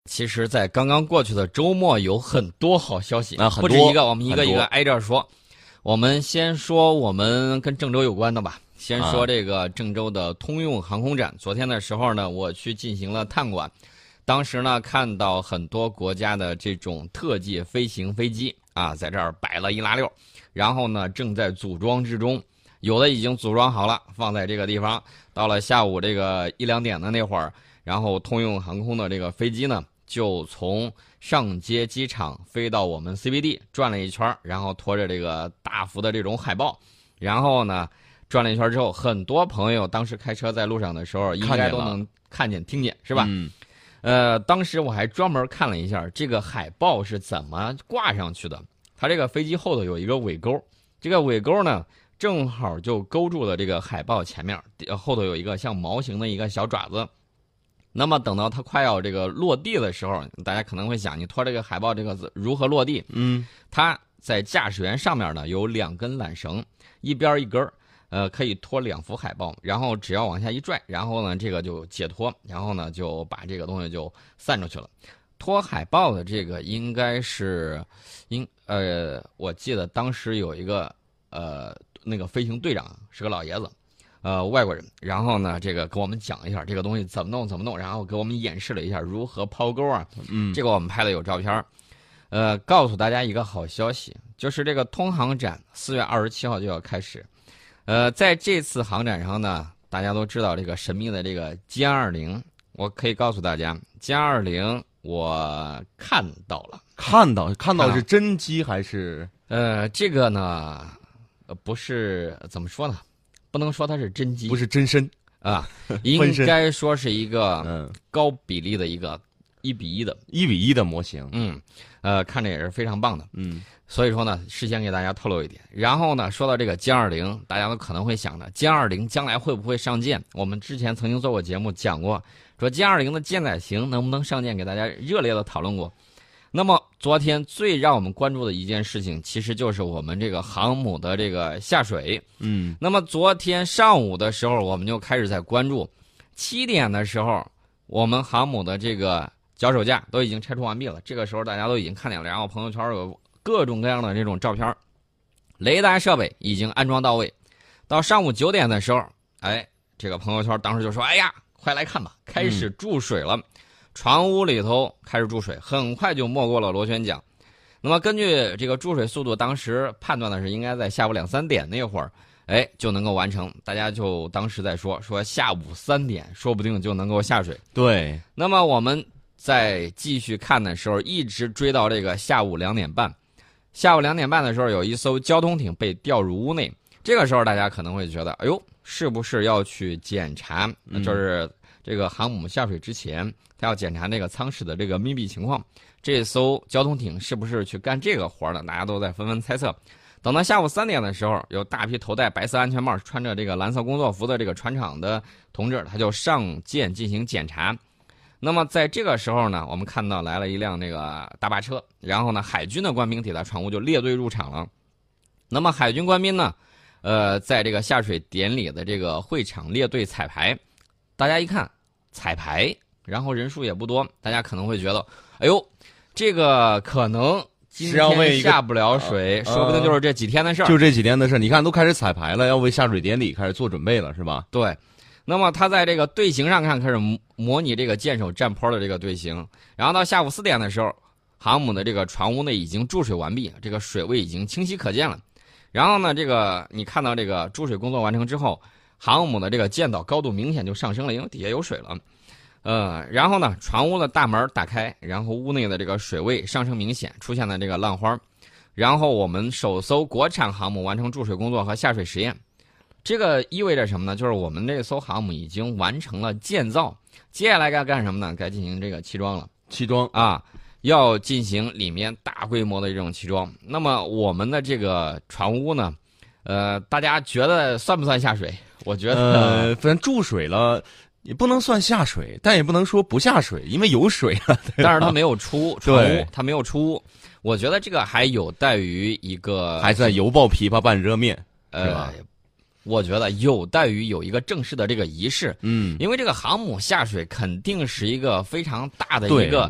其实，在刚刚过去的周末，有很多好消息啊， 不止一个，我们一个一个挨着说。我们先说我们跟郑州有关的吧。先说这个郑州的通用航空展。昨天的时候呢，我去进行了探馆，当时呢看到很多国家的这种特技飞行飞机啊，在这儿摆了一拉溜，然后呢正在组装之中，有的已经组装好了，放在这个地方。到了下午这个1、2点的那会儿，然后通用航空的这个飞机呢，就从上街机场飞到我们 CBD 转了一圈，然后拖着这个大幅的这种海报，然后呢转了一圈之后，很多朋友当时开车在路上的时候应该都能看见听见，是吧？当时我还专门看了一下这个海报是怎么挂上去的。它这个飞机后头有一个尾钩，这个尾钩呢正好就勾住了这个海报前面，后头有一个像毛形的一个小爪子。那么等到它快要这个落地的时候，大家可能会想，你拖这个海报这个字如何落地？它在驾驶员上面呢有2根缆绳，一边一根，可以拖2幅海报，然后只要往下一拽，然后呢这个就解脱，然后呢就把这个东西就散出去了。拖海报的这个应该是，我记得当时有一个那个飞行队长是个老爷子。外国人，然后呢，这个给我们讲一下这个东西怎么弄，然后给我们演示了一下如何抛钩啊。这个我们拍的有照片。告诉大家一个好消息，就是这个通航展4月27号就要开始。在这次航展上呢，大家都知道这个神秘的这个歼20，我可以告诉大家，歼20我看到了。 看到是真机还是？ 这个呢，不是怎么说呢？不能说它是真机， 不是真身啊，应该说是一个高比例的一个1比1 的模型。 看着也是非常棒的。所以说呢，事先给大家透露一点。然后呢，说到这个歼20，大家都可能会想着歼20将来会不会上舰？我们之前曾经做过节目讲过，说歼20的舰载型能不能上舰，给大家热烈的讨论过。那么昨天最让我们关注的一件事情，其实就是我们这个航母的这个下水。那么昨天上午的时候，我们就开始在关注。7点的时候，我们航母的这个脚手架都已经拆除完毕了。这个时候大家都已经看见了，然后朋友圈有各种各样的这种照片。雷达设备已经安装到位。到上午9点的时候，这个朋友圈当时就说：“哎呀，快来看吧，开始注水了。”船坞里头开始注水，很快就没过了螺旋桨。那么根据这个注水速度，当时判断的是应该在下午2、3点那会儿，就能够完成。大家就当时在说下午3点说不定就能够下水。 对。 那么我们在继续看的时候，一直追到这个下午2点半。下午2点半的时候，有一艘交通艇被调入屋内。这个时候大家可能会觉得，哎呦，是不是要去检查？就是这个航母下水之前，他要检查那个舱室的这个密闭情况。这艘交通艇是不是去干这个活呢？大家都在纷纷猜测。等到下午3点的时候，有大批头戴白色安全帽、穿着这个蓝色工作服的这个船厂的同志，他就上舰进行检查。那么在这个时候呢，我们看到来了一辆那个大巴车，然后呢，海军的官兵抵达船坞就列队入场了。那么海军官兵呢，在这个下水典礼的这个会场列队彩排。大家一看彩排，然后人数也不多，大家可能会觉得，哎呦，这个可能今天下不了水，说不定就是这几天的事儿。 就这几天的事，你看都开始彩排了，要为下水典礼开始做准备了，是吧？ 对。那么他在这个队形上看，开始模拟这个舰首站坡的这个队形。然后到下午4点的时候，航母的这个船坞内已经注水完毕，这个水位已经清晰可见了。然后呢，这个你看到这个注水工作完成之后，航母的这个舰岛高度明显就上升了，因为底下有水了。然后呢，船坞的大门打开，然后屋内的这个水位上升明显，出现了这个浪花。然后我们首艘国产航母完成注水工作和下水实验。这个意味着什么呢？就是我们这艘航母已经完成了建造，接下来该干什么呢？该进行这个漆装了。 漆装啊，要进行里面大规模的这种漆装。那么我们的这个船坞呢，大家觉得算不算下水？我觉得， 反正注水了，也不能算下水，但也不能说不下水，因为有水了。 但是它没有出船坞，它没有出。我觉得这个还有待于一个， 还在油爆琵琶半遮面，是吧？ 我觉得有待于有一个正式的这个仪式，因为这个航母下水肯定是一个非常大的一个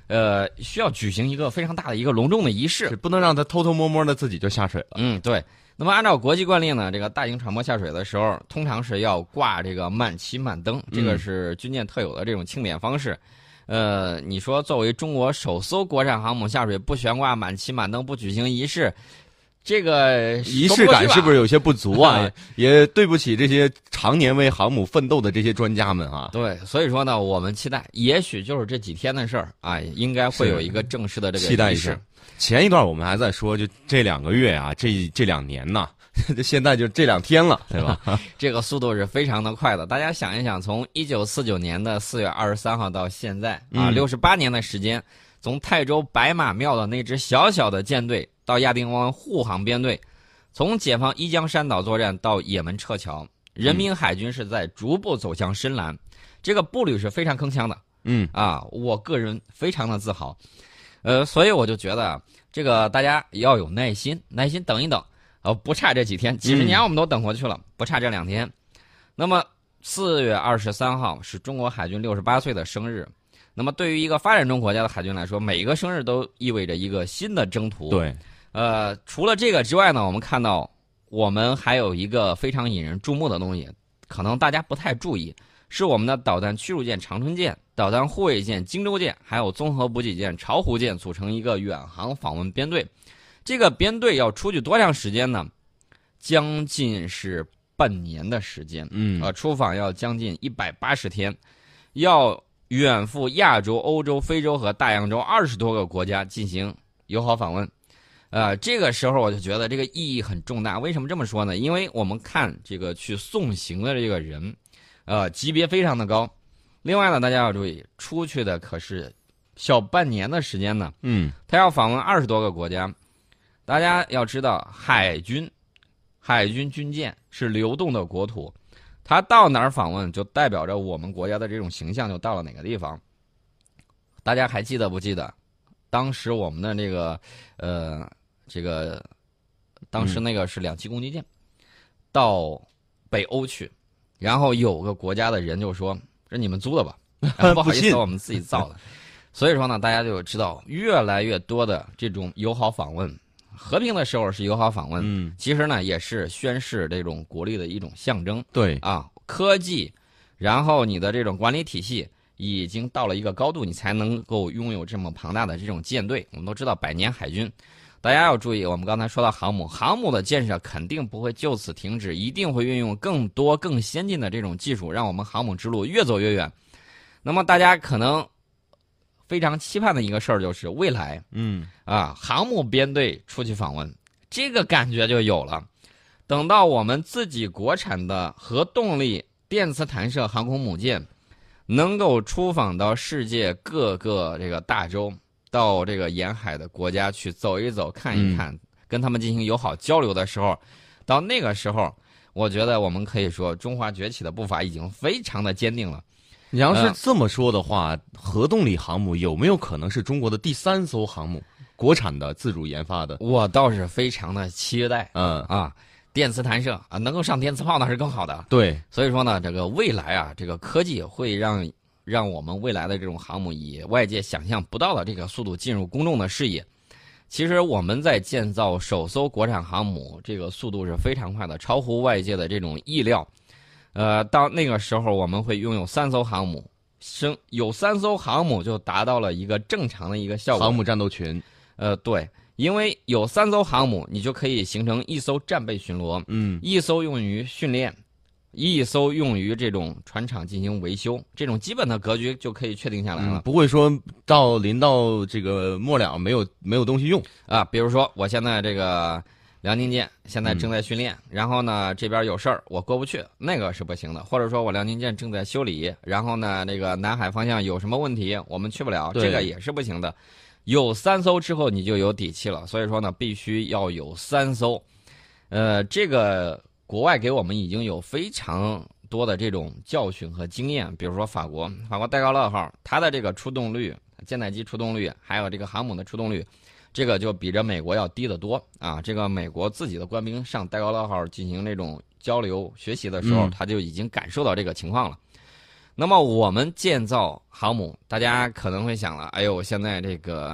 需要举行一个非常大的一个隆重的仪式， 不能让他偷偷摸摸的自己就下水了。 对。那么按照国际惯例呢，这个大型船舶下水的时候，通常是要挂这个满旗满灯，这个是军舰特有的这种庆典方式。你说作为中国首艘国产航母下水，不悬挂满旗满灯，不举行仪式，这个仪式感是不是有些不足啊？也对不起这些常年为航母奋斗的这些专家们啊。 对，所以说呢，我们期待，也许就是这几天的事儿啊，应该会有一个正式的这个期待仪式。 前一段我们还在说，就这2个月啊，这2年呐，现在就这2天了，对吧？ 这个速度是非常的快的。大家想一想，从1949年的4月23号到现在啊，68年的时间，从泰州白马庙的那支小小的舰队到亚丁湾护航编队，从解放伊江山岛作战到也门撤侨，人民海军是在逐步走向深蓝，这个步履是非常铿锵的。我个人非常的自豪。所以我就觉得这个大家要有耐心等一等，不差这几天，几十年我们都等过去了，不差这2天。那么4月23号是中国海军68岁的生日。那么对于一个发展中国家的海军来说，每一个生日都意味着一个新的征途。 对， 除了这个之外呢，我们看到我们还有一个非常引人注目的东西，可能大家不太注意，是我们的导弹驱逐舰长春舰、导弹护卫舰荆州舰，还有综合补给舰巢湖舰组成一个远航访问编队。这个编队要出去多长时间呢？将近是半年的时间。出访要将近180天，要远赴亚洲、欧洲、非洲和大洋洲20多个国家进行友好访问。这个时候我就觉得这个意义很重大。为什么这么说呢？因为我们看这个去送行的这个人，级别非常的高。另外呢，大家要注意，出去的可是小半年的时间呢。他要访问20多个国家。大家要知道，海军军舰是流动的国土，他到哪儿访问，就代表着我们国家的这种形象就到了哪个地方。大家还记得不记得，当时我们的当时那个是2栖攻击舰到北欧去，然后有个国家的人就说：“这你们租的吧？”不好意思，我们自己造的。所以说呢，大家就知道越来越多的这种友好访问。和平的时候是友好访问，其实呢也是宣示这种国力的一种象征。 对啊，科技，然后你的这种管理体系已经到了一个高度，你才能够拥有这么庞大的这种舰队。我们都知道百年海军，大家要注意，我们刚才说到航母的建设肯定不会就此停止，一定会运用更多更先进的这种技术，让我们航母之路越走越远。那么大家可能非常期盼的一个事儿就是未来，航母编队出去访问，这个感觉就有了。等到我们自己国产的核动力电磁弹射航空母舰能够出访到世界各个这个大洲，到这个沿海的国家去走一走、看一看，跟他们进行友好交流的时候，到那个时候，我觉得我们可以说中华崛起的步伐已经非常的坚定了。 你要是这么说的话，核动力航母有没有可能是中国的第3艘航母，国产的自主研发的？我倒是非常的期待。电磁弹射啊，能够上电磁炮那是更好的。 对， 所以说呢，这个未来啊，这个科技会让我们未来的这种航母以外界想象不到的这个速度进入公众的视野。其实我们在建造首艘国产航母，这个速度是非常快的，超乎外界的这种意料。到那个时候我们会拥有3艘航母，有3艘航母就达到了一个正常的一个效果。 航母战斗群， 对，因为有3艘航母，你就可以形成1艘战备巡逻，1艘用于训练，1艘用于这种船厂进行维修，这种基本的格局就可以确定下来了。 不会说临到这个末了没有东西用啊。比如说我现在这个辽宁舰现在正在训练，然后呢这边有事儿我过不去，那个是不行的。或者说我辽宁舰正在修理，然后呢这个南海方向有什么问题我们去不了，这个也是不行的。有3艘之后你就有底气了，所以说呢必须要有3艘。这个国外给我们已经有非常多的这种教训和经验，比如说法国戴高乐号，它的这个出动率，舰载机出动率，还有这个航母的出动率，这个就比着美国要低得多啊！这个美国自己的官兵上戴高乐号进行这种交流学习的时候，他就已经感受到这个情况了。 那么我们建造航母，大家可能会想了，哎呦，现在这个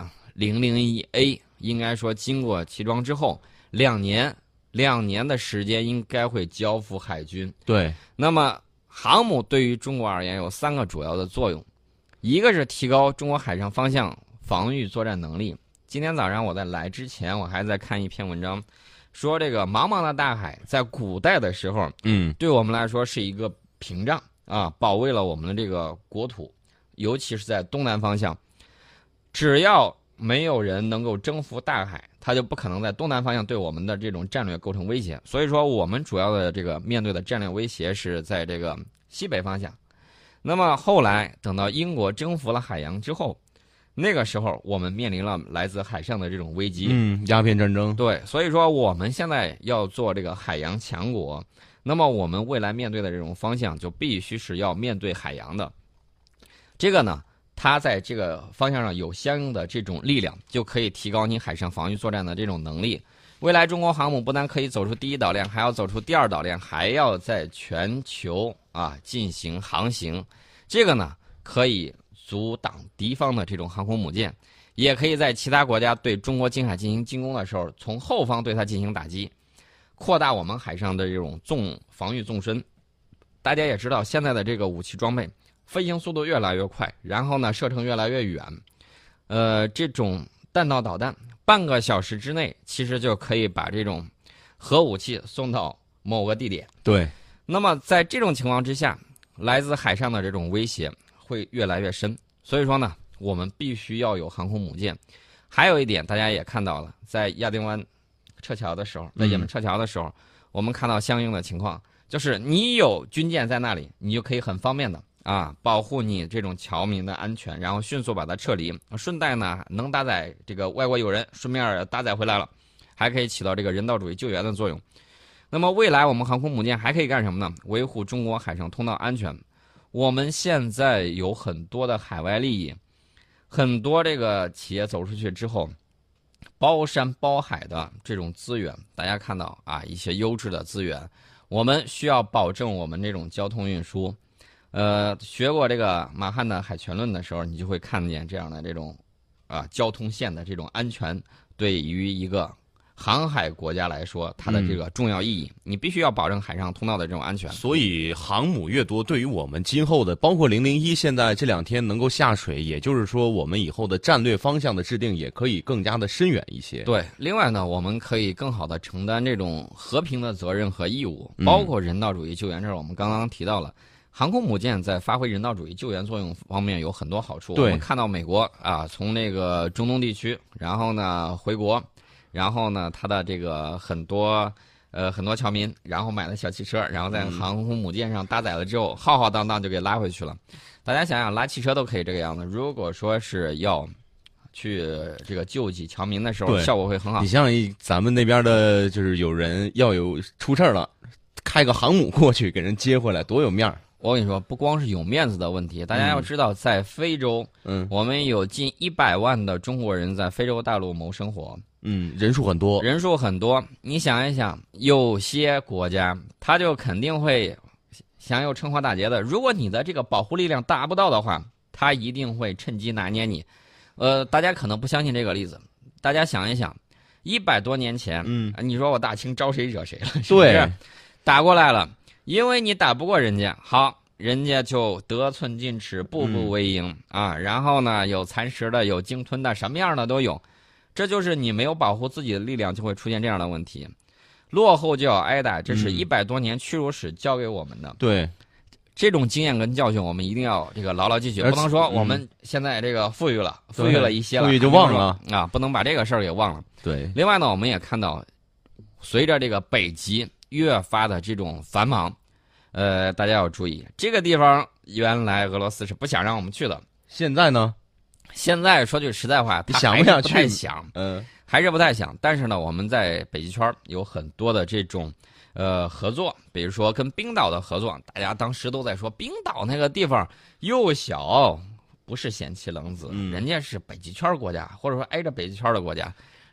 001A 应该说经过齐装之后2年的时间应该会交付海军。 对， 那么航母对于中国而言有3个主要的作用，一个是提高中国海上方向防御作战能力。今天早上我在来之前，我还在看一篇文章，说这个茫茫的大海在古代的时候，对我们来说是一个屏障啊，保卫了我们的这个国土，尤其是在东南方向，只要没有人能够征服大海，他就不可能在东南方向对我们的这种战略构成威胁。所以说，我们主要的这个面对的战略威胁是在这个西北方向。那么后来等到英国征服了海洋之后，那个时候我们面临了来自海上的这种危机。 鸦片战争。 对，所以说我们现在要做这个海洋强国，那么我们未来面对的这种方向就必须是要面对海洋的。这个呢，它在这个方向上有相应的这种力量，就可以提高你海上防御作战的这种能力。未来中国航母不但可以走出第一岛链，还要走出第二岛链，还要在全球进行航行。这个呢，可以阻挡敌方的这种航空母舰，也可以在其他国家对中国近海进行进攻的时候，从后方对它进行打击，扩大我们海上的这种防御纵深。大家也知道，现在的这个武器装备飞行速度越来越快，然后呢射程越来越远，这种弹道导弹半个小时之内其实就可以把这种核武器送到某个地点。 对， 那么在这种情况之下，来自海上的这种威胁会越来越深，所以说呢，我们必须要有航空母舰。还有一点，大家也看到了，在亚丁湾撤侨的时候，在也门撤侨的时候，我们看到相应的情况，就是你有军舰在那里，你就可以很方便的保护你这种侨民的安全，然后迅速把它撤离，顺带呢能搭载这个外国友人，顺便搭载回来了，还可以起到这个人道主义救援的作用。那么未来我们航空母舰还可以干什么呢？维护中国海上通道安全。我们现在有很多的海外利益，很多这个企业走出去之后，包山包海的这种资源，大家看到一些优质的资源，我们需要保证我们这种交通运输。学过这个马汉的海权论的时候，你就会看见这样的这种交通线的这种安全，对于一个航海国家来说，它的这个重要意义，你必须要保证海上通道的这种安全。 所以航母越多，对于我们今后的，包括001现在这2天能够下水，也就是说我们以后的战略方向的制定也可以更加的深远一些。 对，另外呢，我们可以更好的承担这种和平的责任和义务，包括人道主义救援。这儿我们刚刚提到了。航空母舰在发挥人道主义救援作用方面有很多好处。我们看到美国从那个中东地区，然后呢回国，然后呢他的这个很多侨民，然后买了小汽车，然后在航空母舰上搭载了之后，浩浩荡荡就给拉回去了。大家想想，拉汽车都可以这个样子，如果说是要去这个救济侨民的时候，效果会很好。 你像咱们那边的，就是有人要有出事了，开个航母过去给人接回来，多有面儿。 我跟你说，不光是有面子的问题，大家要知道，在非洲，我们有近100万的中国人在非洲大陆谋生活， 人数很多。 你想一想，有些国家他就肯定会享有趁火打劫的。如果你的这个保护力量达不到的话，他一定会趁机拿捏你。大家可能不相信这个例子，大家想一想，100多年前，你说我大清招谁惹谁了？是不是？打过来了。因为你打不过人家，好，人家就得寸进尺，步步为营然后呢，有蚕食的，有鲸吞的，什么样的都有。这就是你没有保护自己的力量，就会出现这样的问题。落后就要挨打，这是100多年屈辱史教给我们的。 对， 这种经验跟教训，我们一定要这个牢牢记取，不能说我们现在这个富裕了一些了， 富裕就忘了不能把这个事儿给忘了。 对。 另外呢，我们也看到，随着这个北极越发的这种繁忙，大家要注意，这个地方原来俄罗斯是不想让我们去的。 现在呢？ 现在说句实在话，他想不想去？ 还是不太想。但是呢，我们在北极圈有很多的这种合作，比如说跟冰岛的合作，大家当时都在说冰岛那个地方又小，不是贤妻冷子，人家是北极圈国家，或者说挨着北极圈的国家。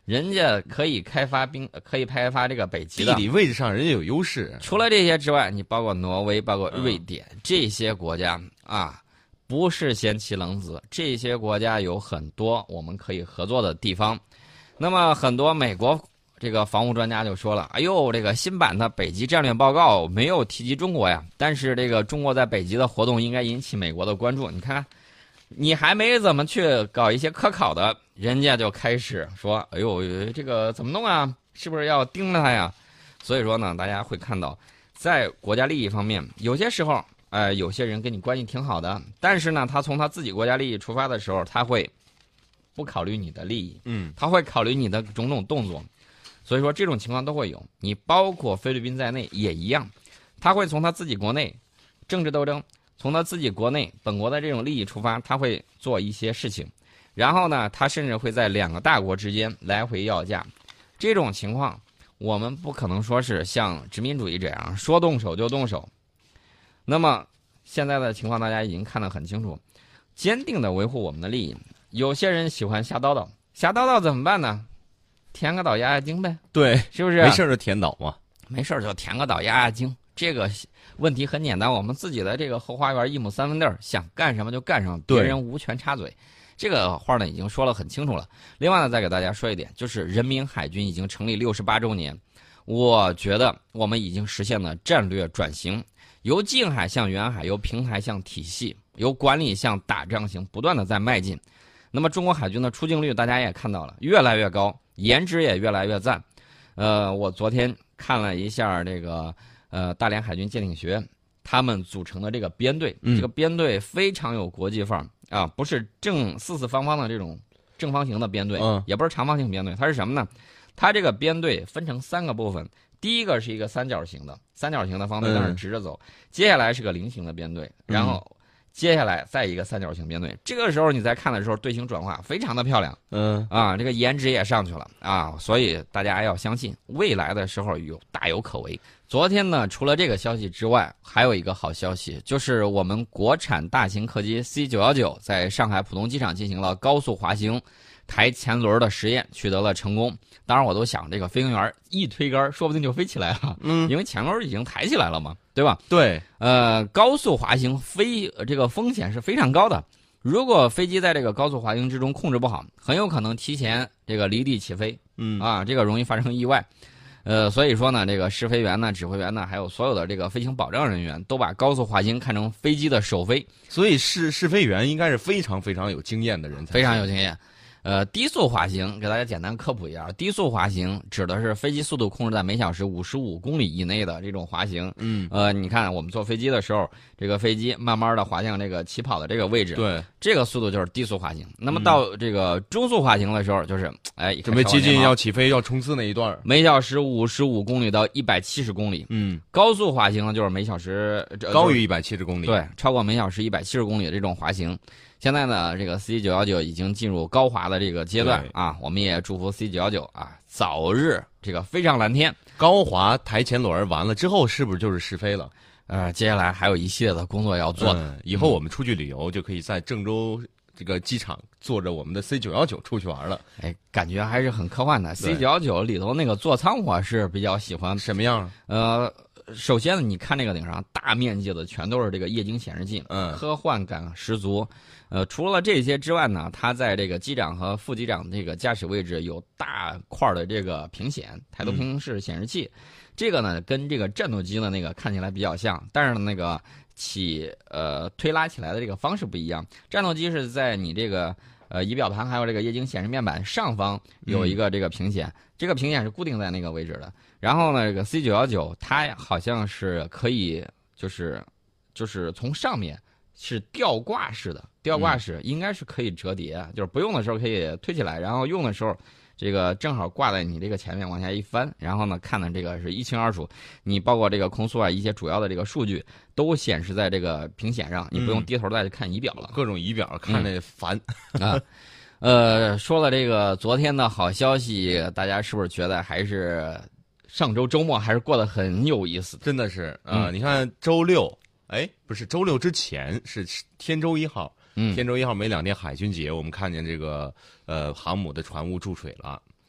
人家可以开发这个北极的， 地理位置上人家有优势。 除了这些之外，你包括挪威、包括瑞典这些国家啊，不是贤妻冷子，这些国家有很多我们可以合作的地方。那么很多美国这个防务专家就说了，哎呦，这个新版的北极战略报告没有提及中国呀，但是这个中国在北极的活动应该引起美国的关注。你看看，你还没怎么去搞一些科考的，人家就开始说，哎呦，这个怎么弄啊？是不是要盯着他呀？所以说呢，大家会看到，在国家利益方面，有些时候，有些人跟你关系挺好的，但是呢，他从他自己国家利益出发的时候，他会不考虑你的利益，他会考虑你的种种动作。所以说这种情况都会有，你包括菲律宾在内也一样，他会从他自己国内政治斗争，从他自己国内本国的这种利益出发，他会做一些事情，然后呢，他甚至会在两个大国之间来回要价。这种情况我们不可能说是像殖民主义这样说动手就动手。那么现在的情况大家已经看得很清楚，坚定地维护我们的利益。有些人喜欢瞎叨叨，瞎叨叨怎么办呢？填个岛压压惊呗， 对， 是不是？ 没事就填岛嘛， 没事就填个岛压压惊。这个问题很简单，我们自己的这个后花园一亩三分地儿，想干什么就干什么，别人无权插嘴。这个话呢已经说了很清楚了。另外呢，再给大家说一点，就是人民海军已经成立68周年，我觉得我们已经实现了战略转型，由近海向远海，由平台向体系，由管理向打仗型，不断的在迈进。那么中国海军的出境率大家也看到了，越来越高，颜值也越来越赞。我昨天看了一下这个大连海军舰艇学院他们组成的这个编队，这个编队非常有国际范儿啊，不是四四方方的这种正方形的编队，也不是长方形编队，它是什么呢？它这个编队分成3个部分，第一个是一个三角形的方队，但是直着走，接下来是个菱形的编队，然后接下来再一个三角形编队。这个时候你在看的时候，队形转化非常的漂亮，这个颜值也上去了啊，所以大家要相信未来的时候大有可为。昨天呢，除了这个消息之外，还有一个好消息，就是我们国产大型客机 C919在上海浦东机场进行了高速滑行抬前轮的实验，取得了成功。当然我都想这个飞行员一推杆说不定就飞起来了，因为前轮已经抬起来了嘛，对吧？ 对， 高速滑行这个风险是非常高的，如果飞机在这个高速滑行之中控制不好，很有可能提前这个离地起飞，这个容易发生意外。所以说呢，这个试飞员呢、指挥员呢，还有所有的这个飞行保障人员，都把高速滑行看成飞机的首飞。 所以试飞员应该是非常非常有经验的人才， 非常有经验。低速滑行给大家简单科普一下，低速滑行指的是飞机速度控制在每小时55公里以内的这种滑行。你看我们坐飞机的时候，这个飞机慢慢的滑向这个起跑的这个位置， 对， 这个速度就是低速滑行。那么到这个中速滑行的时候，就是准备接近要起飞要冲刺那一段， 每小时55公里到170公里。高速滑行呢，就是每小时高于170公里， 对，超过每小时170公里的这种滑行。现在呢，这个 C919已经进入高滑的这个阶段啊，我们也祝福 C919啊早日这个飞上蓝天。 高滑抬前轮完了之后，是不是就是试飞了？ 接下来还有一系列的工作要做。 以后我们出去旅游就可以在郑州这个机场坐着我们的 C919出去玩了。 感觉还是很科幻的。C919里头那个座舱我是比较喜欢。 什么样？ 首先呢，你看这个顶上大面积的全都是这个液晶显示器，科幻感十足。除了这些之外呢，它在这个机长和副机长这个驾驶位置有大块的这个屏显，抬头屏式显示器。这个呢跟这个战斗机的那个看起来比较像，但是那个推拉起来的这个方式不一样。战斗机是在你这个仪表盘还有这个液晶显示面板上方有一个这个屏显，这个屏显是固定在那个位置的。然后呢，这个 C919 它好像是可以就是从上面是吊挂式的，吊挂式应该是可以折叠，就是不用的时候可以推起来，然后用的时候这个正好挂在你这个前面往下一翻，然后呢看的这个是一清二楚，你包括这个空速啊一些主要的这个数据都显示在这个屏显上，你不用低头再去看仪表了。 各种仪表看着烦啊。说了这个昨天的好消息，大家是不是觉得还是上周周末还是过得很有意思？ 真的是你看周六，不是周六之前是天舟1号。天舟1号没2天海军节，我们看见这个航母的船坞注水了。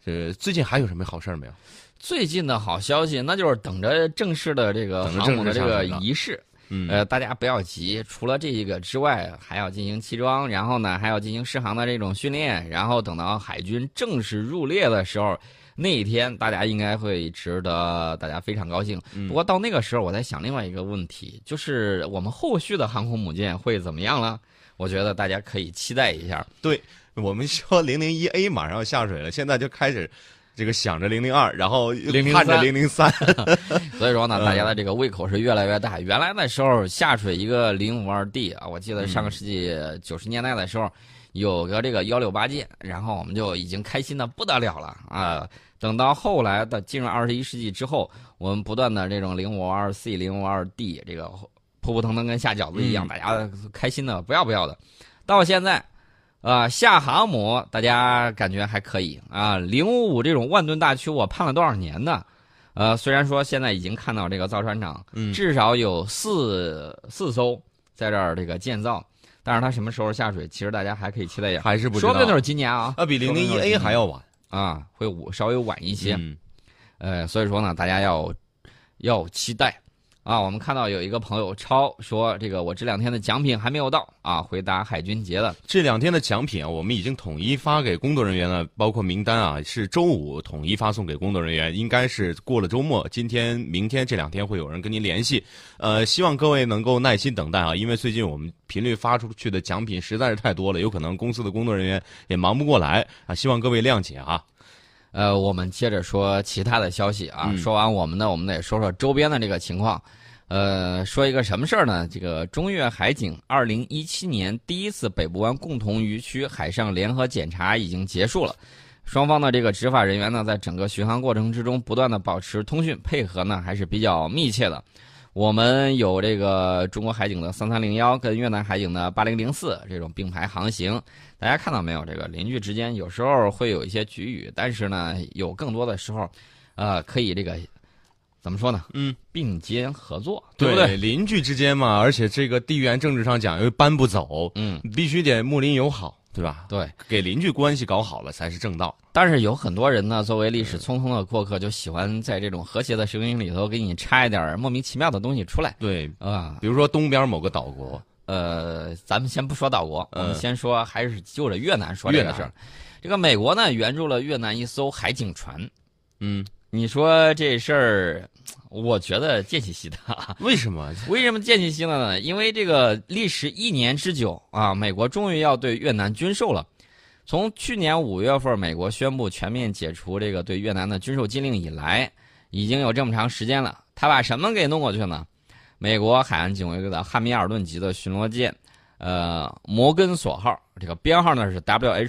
最近还有什么好事儿没有？ 最近的好消息，那就是等着正式的这个航母的这个仪式。大家不要急，除了这个之外，还要进行气装，然后呢，还要进行试航的这种训练，然后等到海军正式入列的时候，那一天大家应该会值得大家非常高兴。不过到那个时候，我在想另外一个问题，就是我们后续的航空母舰会怎么样了？我觉得大家可以期待一下。 对，我们说001A 马上要下水了，现在就开始这个想着002，然后看着003， 所以说呢，大家的这个胃口是越来越大。原来的时候下水一个052D 啊，我记得上个世纪90年代的时候，有个这个168舰，然后我们就已经开心的不得了了啊。等到后来的进入21世纪之后，我们不断的这种052C、052D 这个扑扑腾腾跟下饺子一样，大家开心的不要不要的。到现在。下航母大家感觉还可以啊。055这种万吨大驱我盼了多少年呢？虽然说现在已经看到这个造船厂，至少有四艘在这儿这个建造，但是它什么时候下水，其实大家还可以期待一下， 还是不知道， 说不定就是今年啊。 比001A 还要晚啊，会稍微晚一些。所以说呢，大家要期待。我们看到有一个朋友超说，这个我这2天的奖品还没有到啊，回答海军节的。 这2天的奖品啊，我们已经统一发给工作人员了，包括名单啊，是周五统一发送给工作人员，应该是过了周末，今天、明天这2天会有人跟您联系。希望各位能够耐心等待啊，因为最近我们频率发出去的奖品实在是太多了，有可能公司的工作人员也忙不过来啊，希望各位谅解啊。 我们接着说其他的消息啊。说完我们呢，我们得说说周边的这个情况。说一个什么事儿呢？这个中越海警2017年第一次北部湾共同渔区海上联合检查已经结束了。双方的这个执法人员呢，在整个巡航过程之中不断的保持通讯配合呢，还是比较密切的。我们有这个中国海警的3301跟越南海警的8004这种并排航行。大家看到没有？这个邻居之间有时候会有一些局域，但是呢，有更多的时候，可以这个怎么说呢？并肩合作，对不对？ 邻居之间嘛，而且这个地缘政治上讲又搬不走，必须得睦邻友好，对吧？ 对， 给邻居关系搞好了才是正道。 但是有很多人呢，作为历史匆匆的过客，就喜欢在这种和谐的声音里头给你插一点莫名其妙的东西出来。 对比如说东边某个岛国。 咱们先不说岛国，我们先说还是就着越南说这个事儿。这个美国呢援助了越南一艘海警船。你说这事儿，我觉得贱兮兮的。 为什么？ 为什么贱兮兮的呢？因为这个历时1年之久啊，美国终于要对越南军售了。从去年5月份，美国宣布全面解除这个对越南的军售禁令以来，已经有这么长时间了。他把什么给弄过去呢？美国海岸警卫队的汉密尔顿级的巡逻舰，摩根索号，这个编号呢是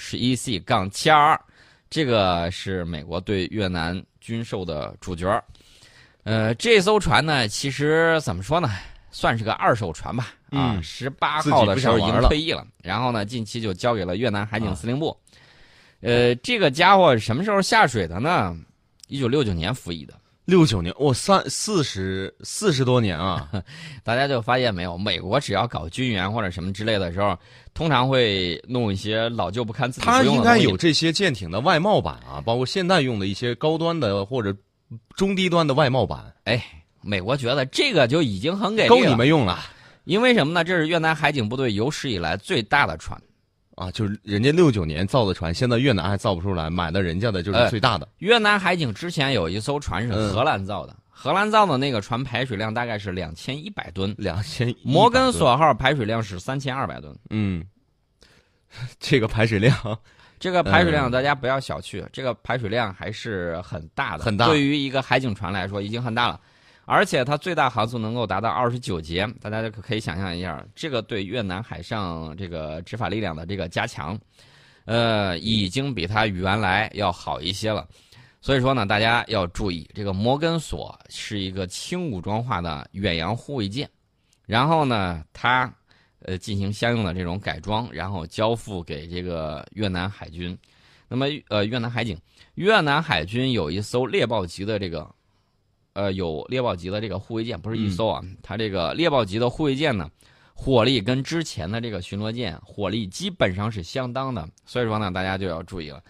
WHEC-722，这个是美国对越南军售的主角。这艘船呢，其实怎么说呢，算是个2手船吧。18号的时候已经退役了，然后呢，近期就交给了越南海警司令部。这个家伙什么时候下水的呢？1969年服役的。 69年，40多年啊！ 大家就发现没有，美国只要搞军援或者什么之类的时候，通常会弄一些老旧不堪自己不用的东西。 它应该有这些舰艇的外贸版啊，包括现在用的一些高端的或者中低端的外贸版。 美国觉得这个就已经很给力了， 够你们用了。 因为什么呢？这是越南海警部队有史以来最大的船。 就是人家69年造的船，现在越南还造不出来，买的人家的就是最大的。 越南海警之前有一艘船是荷兰造的，荷兰造的那个船排水量大概是2100吨 ，2100。 摩根索号排水量是3200吨。 这个排水量， 大家不要小觑，这个排水量还是很大的， 很大。 对于一个海警船来说，已经很大了。而且它最大航速能够达到29节，大家就可以想象一下，这个对越南海上这个执法力量的这个加强，已经比它原来要好一些了。所以说呢，大家要注意，这个摩根索是一个轻武装化的远洋护卫舰，然后呢，它进行相应的这种改装，然后交付给这个越南海军。那么越南海警，越南海军有一艘猎豹级的这个。有猎豹级的这个护卫舰，不是一艘啊，它这个猎豹级的护卫舰呢，火力跟之前的这个巡逻舰火力基本上是相当的，所以说呢，大家就要注意了。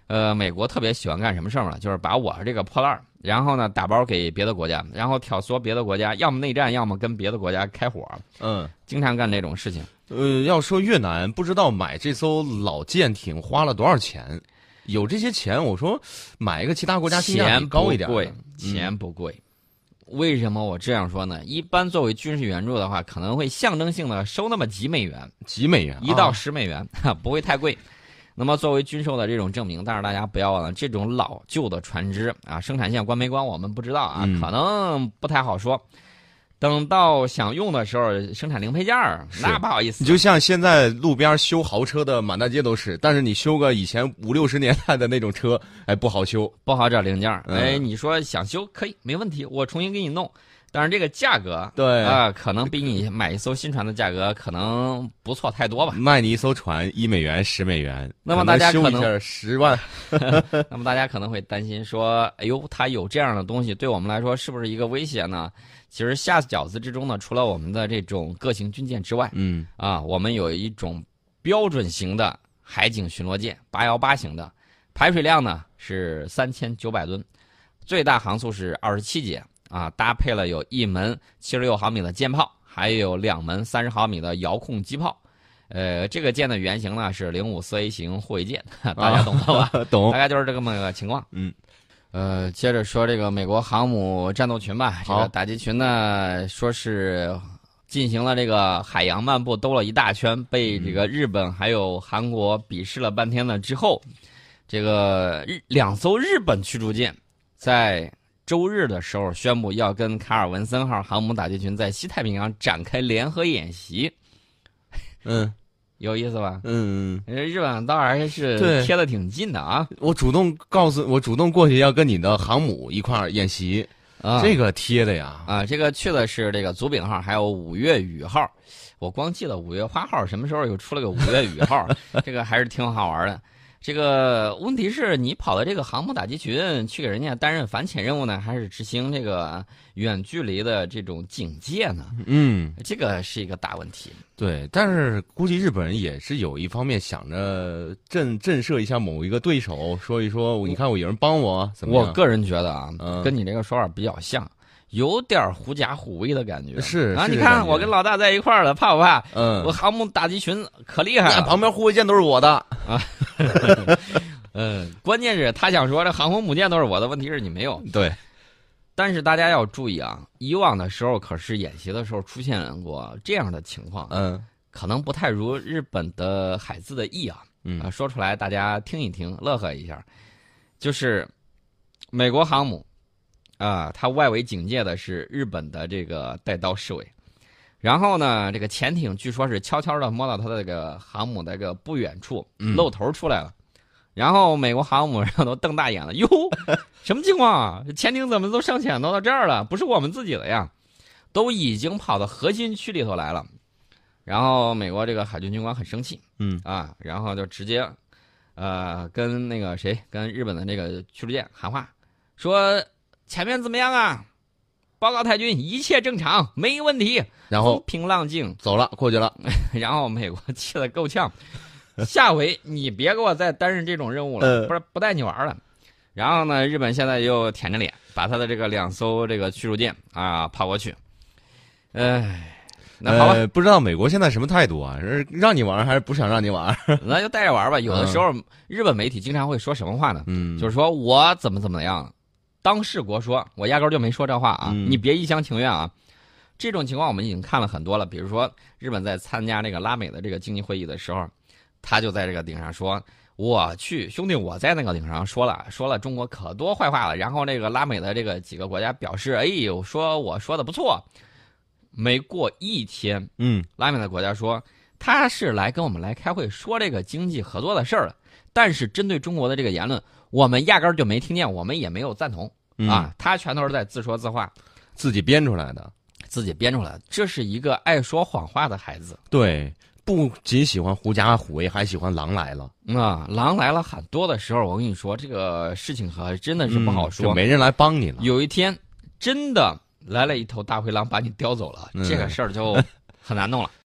美国特别喜欢干什么事儿呢？就是把我这个破烂儿，然后呢打包给别的国家，然后挑唆别的国家，要么内战，要么跟别的国家开火。经常干这种事情。 要说越南，不知道买这艘老舰艇花了多少钱？有这些钱，我说买一个其他国家性价比高一点。 钱不贵。为什么我这样说呢？一般作为军事援助的话，可能会象征性的收那么几美元，1到10美元，不会太贵。那么作为军售的这种证明，但是大家不要忘了，这种老旧的船只啊，生产线关没关我们不知道啊，可能不太好说。等到想用的时候，生产零配件儿，那不好意思。 你就像现在路边修豪车的满大街都是，但是你修个以前50、60年代的那种车，不好修， 不好找零件儿。你说想修可以，没问题，我重新给你弄。但是这个价格， 对可能比你买一艘新船的价格可能不错太多吧。 卖你一艘船1美元、10美元， 那么大家可能 10万。 那么大家可能会担心说，哎呦，它有这样的东西，对我们来说是不是一个威胁呢？其实下饺子之中呢，除了我们的这种各型军舰之外，我们有一种标准型的海警巡逻舰818型的，排水量呢是3900吨，最大航速是27节。搭配了有1门76毫米的舰炮，还有2门30毫米的遥控机炮。这个舰的原型呢是054A 型护卫舰，大家懂了吧？ 懂， 大概就是这么个情况。接着说这个美国航母战斗群吧，这个打击群呢说是进行了这个海洋漫步，兜了一大圈，被这个日本还有韩国鄙视了半天了之后，这个2艘日本驱逐舰在周日的时候宣布要跟卡尔文森号航母打击群在西太平洋展开联合演习。有意思吧？日本倒还是贴得挺近的啊。 我主动过去要跟你的航母一块儿演习，这个贴的呀。 这个去的是这个祖丙号，还有五月雨号。我光记得五月花号，什么时候又出了个五月雨号？这个还是挺好玩的。这个问题是你跑到这个航母打击群去给人家担任反潜任务呢，还是执行这个远距离的这种警戒呢？这个是一个大问题。 对，但是估计日本人也是有一方面想着震慑一下某一个对手，说一说，你看我有人帮我，怎么样？ 我个人觉得跟你这个说法比较像。有点狐假虎威的感觉。你看我跟老大在一块儿了，怕不怕？我航母打击群可厉害了， 旁边护卫舰都是我的啊。关键是他想说这航空母舰都是我的，问题是你没有。 对， 但是大家要注意啊，以往的时候可是演习的时候出现过这样的情况，可能不太如日本的海自的意啊，说出来大家听一听，乐呵一下，就是美国航母。它外围警戒的是日本的这个带刀侍卫，然后呢，这个潜艇据说是悄悄的摸到它的这个航母的这个不远处，露头出来了，然后美国航母上都瞪大眼了，哟，什么情况啊？这潜艇怎么都上潜到这儿了？不是我们自己的呀，都已经跑到核心区里头来了。然后美国这个海军军官很生气，然后就直接，跟那个跟日本的这个驱逐舰喊话，说。前面怎么样啊？报告太君，一切正常，没问题。 然后风平浪静， 走了，过去了。 然后美国气得够呛，下回你别给我再担任这种任务了，不带你玩了。然后呢，日本现在又舔着脸，把他的这个2艘这个驱逐舰跑过去。那好吧， 不知道美国现在什么态度啊？是让你玩还是不想让你玩？ 那就带着玩吧。有的时候，日本媒体经常会说什么话呢？就是说我怎么样。当事国说，我压根儿就没说这话啊！你别一厢情愿啊！这种情况我们已经看了很多了。比如说，日本在参加这个拉美的这个经济会议的时候，他就在这个顶上说：“我去，兄弟，我在那个顶上说了中国可多坏话了。”然后这个拉美的这个几个国家表示：“哎呦，说我说的不错。”没过一天，拉美的国家说他是来跟我们来开会说这个经济合作的事儿了，但是针对中国的这个言论。我们压根儿就没听见，我们也没有赞同他全都是在自说自话， 自己编出来的， 这是一个爱说谎话的孩子。 对，不仅喜欢狐假虎威，还喜欢狼来了。 狼来了很多的时候，我跟你说，这个事情可真的是不好说， 就没人来帮你了。 有一天真的来了一头大灰狼把你叼走了，这个事儿就很难弄了。